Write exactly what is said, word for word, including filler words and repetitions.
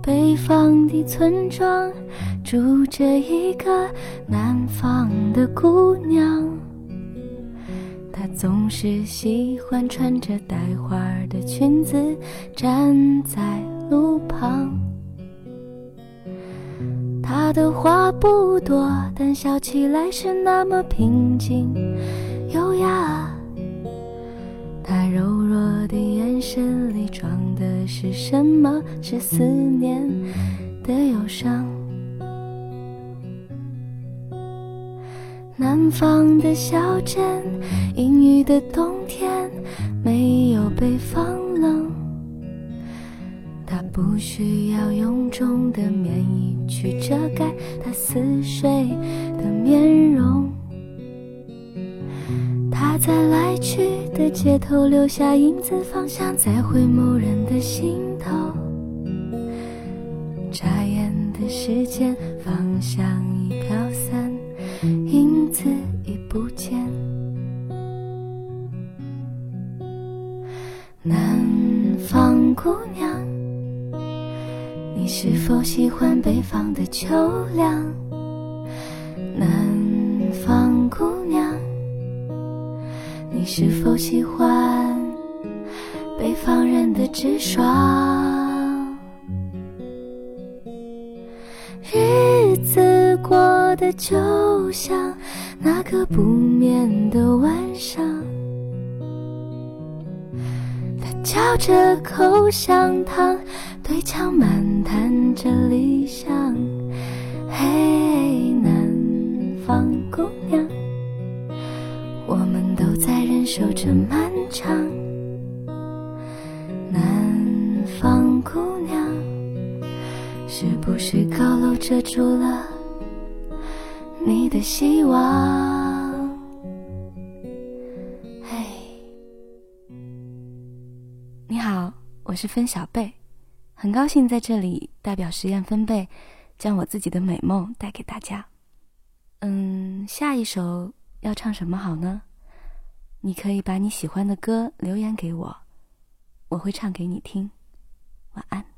北方的村庄住着一个南方的姑娘，她总是喜欢穿着带花的裙子站在路旁。她的话不多，但笑起来是那么平静优雅。她柔弱的眼神里装的是什么？是思念的忧伤。南方的小镇，阴郁的冬天，没有北方冷。它不需要臃肿的棉衣去遮盖它似水的面容。它在来去的街头留下影子，方向在回眸人的心头。眨眼的时间，方向已飘散，影子已不见。南方姑娘，你是否喜欢北方的秋凉？南方姑娘，你是否喜欢北方人的直爽？日子过得就像那个不眠的晚上，他嚼着口香糖，对墙漫谈着理想。嘿，南方姑娘，我们都在忍受着漫长。南方姑娘，是不是高楼遮住了你的希望？嘿，你好，我是分小贝，很高兴在这里代表实验分贝，将我自己的美梦带给大家。嗯，下一首要唱什么好呢？你可以把你喜欢的歌留言给我，我会唱给你听。晚安。